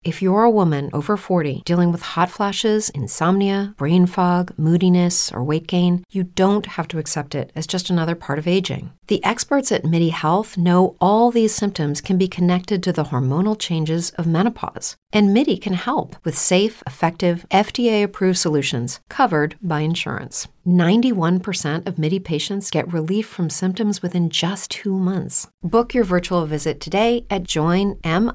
If you're a woman over 40 dealing with hot flashes, insomnia, brain fog, moodiness, or weight gain, you don't have to accept it as just another part of aging. The experts at MIDI Health know all these symptoms can be connected to the hormonal changes of menopause. And MIDI can help with safe, effective, FDA-approved solutions covered by insurance. 91% of MIDI patients get relief from symptoms within just 2 months. Book your virtual visit today at joinmidi.com.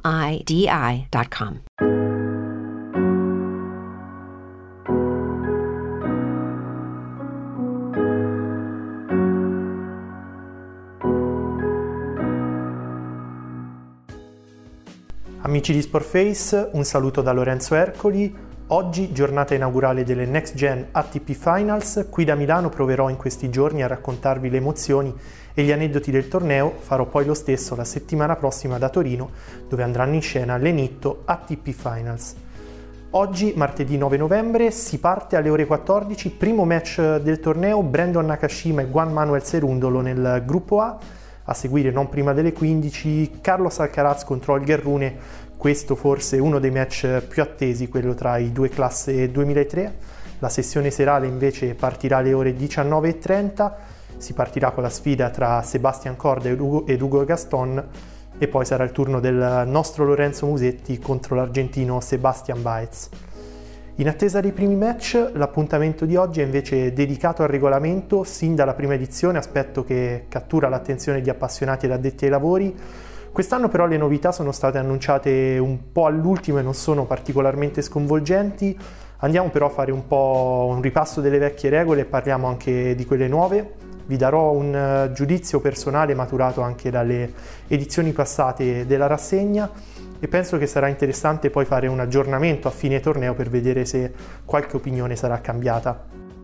Amici di Sportface, un saluto da Lorenzo Ercoli. Oggi giornata inaugurale delle Next Gen ATP Finals. Qui da Milano proverò in questi giorni a raccontarvi le emozioni e gli aneddoti del torneo. Farò poi lo stesso la settimana prossima da Torino, dove andranno in scena le Nitto ATP Finals. Oggi, martedì 9 novembre, si parte alle ore 14, primo match del torneo, Brandon Nakashima e Juan Manuel Cerúndolo nel gruppo A seguire non prima delle 15, Carlos Alcaraz contro Holger Rune, questo forse uno dei match più attesi, quello tra i due classe 2003. La sessione serale invece partirà alle ore 19:30, si partirà con la sfida tra Sebastian Korda ed Hugo Gaston e poi sarà il turno del nostro Lorenzo Musetti contro l'argentino Sebastian Baez. In attesa dei primi match, l'appuntamento di oggi è invece dedicato al regolamento sin dalla prima edizione, aspetto che cattura l'attenzione di appassionati ed addetti ai lavori. Quest'anno però le novità sono state annunciate un po' all'ultimo e non sono particolarmente sconvolgenti. Andiamo però a fare un po' un ripasso delle vecchie regole e parliamo anche di quelle nuove. Vi darò un giudizio personale maturato anche dalle edizioni passate della rassegna e penso che sarà interessante poi fare un aggiornamento a fine torneo per vedere se qualche opinione sarà cambiata.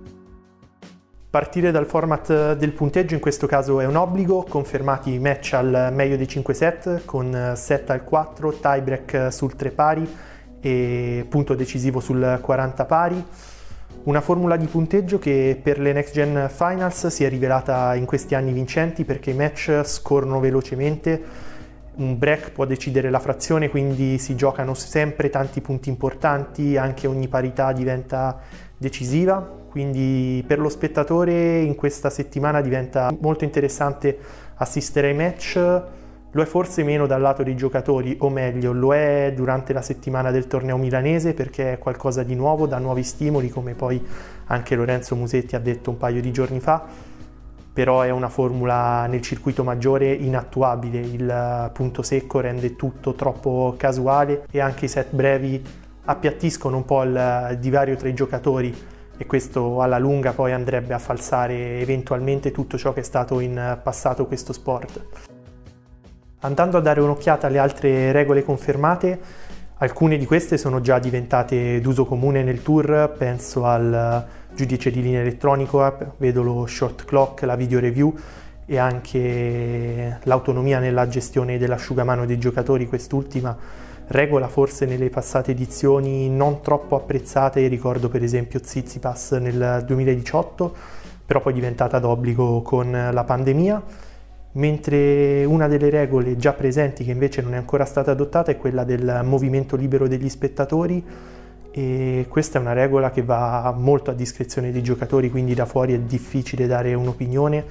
Partire dal format del punteggio in questo caso è un obbligo, confermati i match al meglio dei 5 set con set al 4, tiebreak sul 3 pari e punto decisivo sul 40 pari. Una formula di punteggio che per le Next Gen Finals si è rivelata in questi anni vincenti perché i match scorrono velocemente, un break può decidere la frazione, quindi si giocano sempre tanti punti importanti, anche ogni parità diventa decisiva, quindi per lo spettatore in questa settimana diventa molto interessante assistere ai match. Lo è forse meno dal lato dei giocatori, o meglio, lo è durante la settimana del torneo milanese perché è qualcosa di nuovo, dà nuovi stimoli, come poi anche Lorenzo Musetti ha detto un paio di giorni fa, però è una formula nel circuito maggiore inattuabile, il punto secco rende tutto troppo casuale e anche i set brevi appiattiscono un po' il divario tra i giocatori e questo alla lunga poi andrebbe a falsare eventualmente tutto ciò che è stato in passato questo sport. Andando a dare un'occhiata alle altre regole confermate, alcune di queste sono già diventate d'uso comune nel tour, penso al giudice di linea elettronico, vedo lo shot clock, la video review e anche l'autonomia nella gestione dell'asciugamano dei giocatori, quest'ultima regola forse nelle passate edizioni non troppo apprezzate, ricordo per esempio Tsitsipas nel 2018, però poi diventata d'obbligo con la pandemia. Mentre una delle regole già presenti che invece non è ancora stata adottata è quella del movimento libero degli spettatori e questa è una regola che va molto a discrezione dei giocatori, quindi da fuori è difficile dare un'opinione.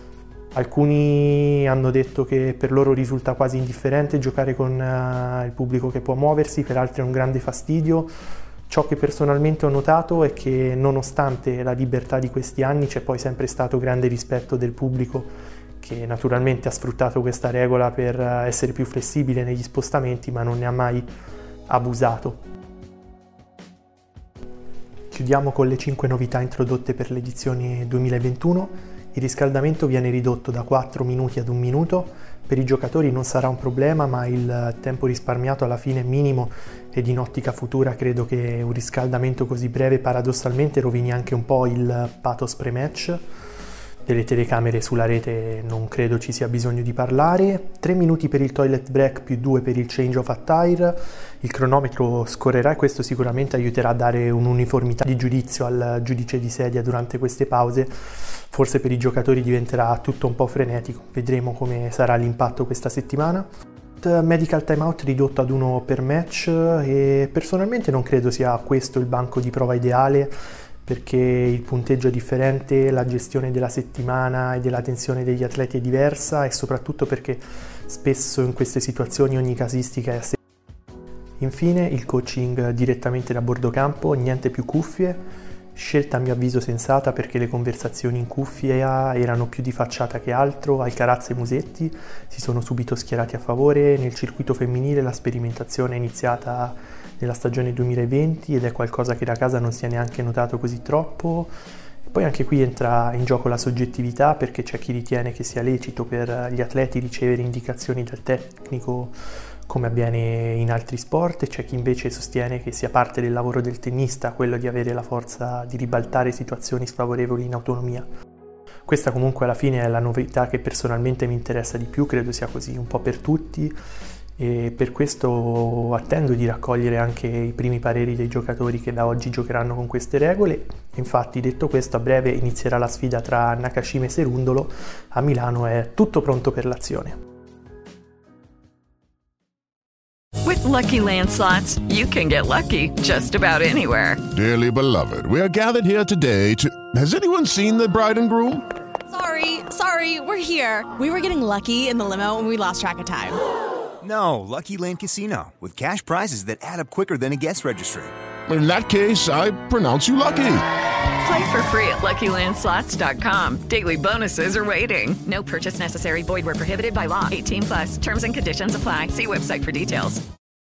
Alcuni hanno detto che per loro risulta quasi indifferente giocare con il pubblico che può muoversi, per altri è un grande fastidio. Ciò che personalmente ho notato è che nonostante la libertà di questi anni c'è poi sempre stato grande rispetto del pubblico che naturalmente ha sfruttato questa regola per essere più flessibile negli spostamenti, ma non ne ha mai abusato. Chiudiamo con le 5 novità introdotte per l'edizione 2021. Il riscaldamento viene ridotto da 4 minuti ad 1 minuto. Per i giocatori non sarà un problema, ma il tempo risparmiato alla fine è minimo ed in ottica futura credo che un riscaldamento così breve paradossalmente rovini anche un po' il pathos pre-match. Delle telecamere sulla rete non credo ci sia bisogno di parlare. 3 minuti per il toilet break più 2 per il change of attire. Il cronometro scorrerà e questo sicuramente aiuterà a dare un'uniformità di giudizio al giudice di sedia durante queste pause. Forse per i giocatori diventerà tutto un po' frenetico. Vedremo come sarà l'impatto questa settimana. Medical timeout ridotto ad 1 per match e personalmente non credo sia questo il banco di prova ideale, perché il punteggio è differente, la gestione della settimana e della tensione degli atleti è diversa e soprattutto perché spesso in queste situazioni ogni casistica è a sé. Infine il coaching direttamente da bordo campo, niente più cuffie, scelta a mio avviso sensata perché le conversazioni in cuffia erano più di facciata che altro. Alcaraz e Musetti si sono subito schierati a favore, nel circuito femminile la sperimentazione è iniziata nella stagione 2020 ed è qualcosa che da casa non si è neanche notato così troppo. Poi anche qui entra in gioco la soggettività, perché c'è chi ritiene che sia lecito per gli atleti ricevere indicazioni dal tecnico come avviene in altri sport, e c'è chi invece sostiene che sia parte del lavoro del tennista quello di avere la forza di ribaltare situazioni sfavorevoli in autonomia. Questa comunque alla fine è la novità che personalmente mi interessa di più, credo sia così un po' per tutti, e per questo attendo di raccogliere anche i primi pareri dei giocatori che da oggi giocheranno con queste regole. Infatti, detto questo, a breve inizierà la sfida tra Nakashima e Cerundolo, a Milano è tutto pronto per l'azione. With Lucky Land Slots, you can get lucky just about anywhere. Dearly beloved, we are gathered here today to... Has anyone seen the bride and groom? Sorry, we're here. We were getting lucky in the limo and we lost track of time. No, Lucky Land Casino, with cash prizes that add up quicker than a guest registry. In that case, I pronounce you lucky. Play for free at LuckyLandSlots.com. Daily bonuses are waiting. No purchase necessary. Void where prohibited by law. 18+. Terms and conditions apply. See website for details.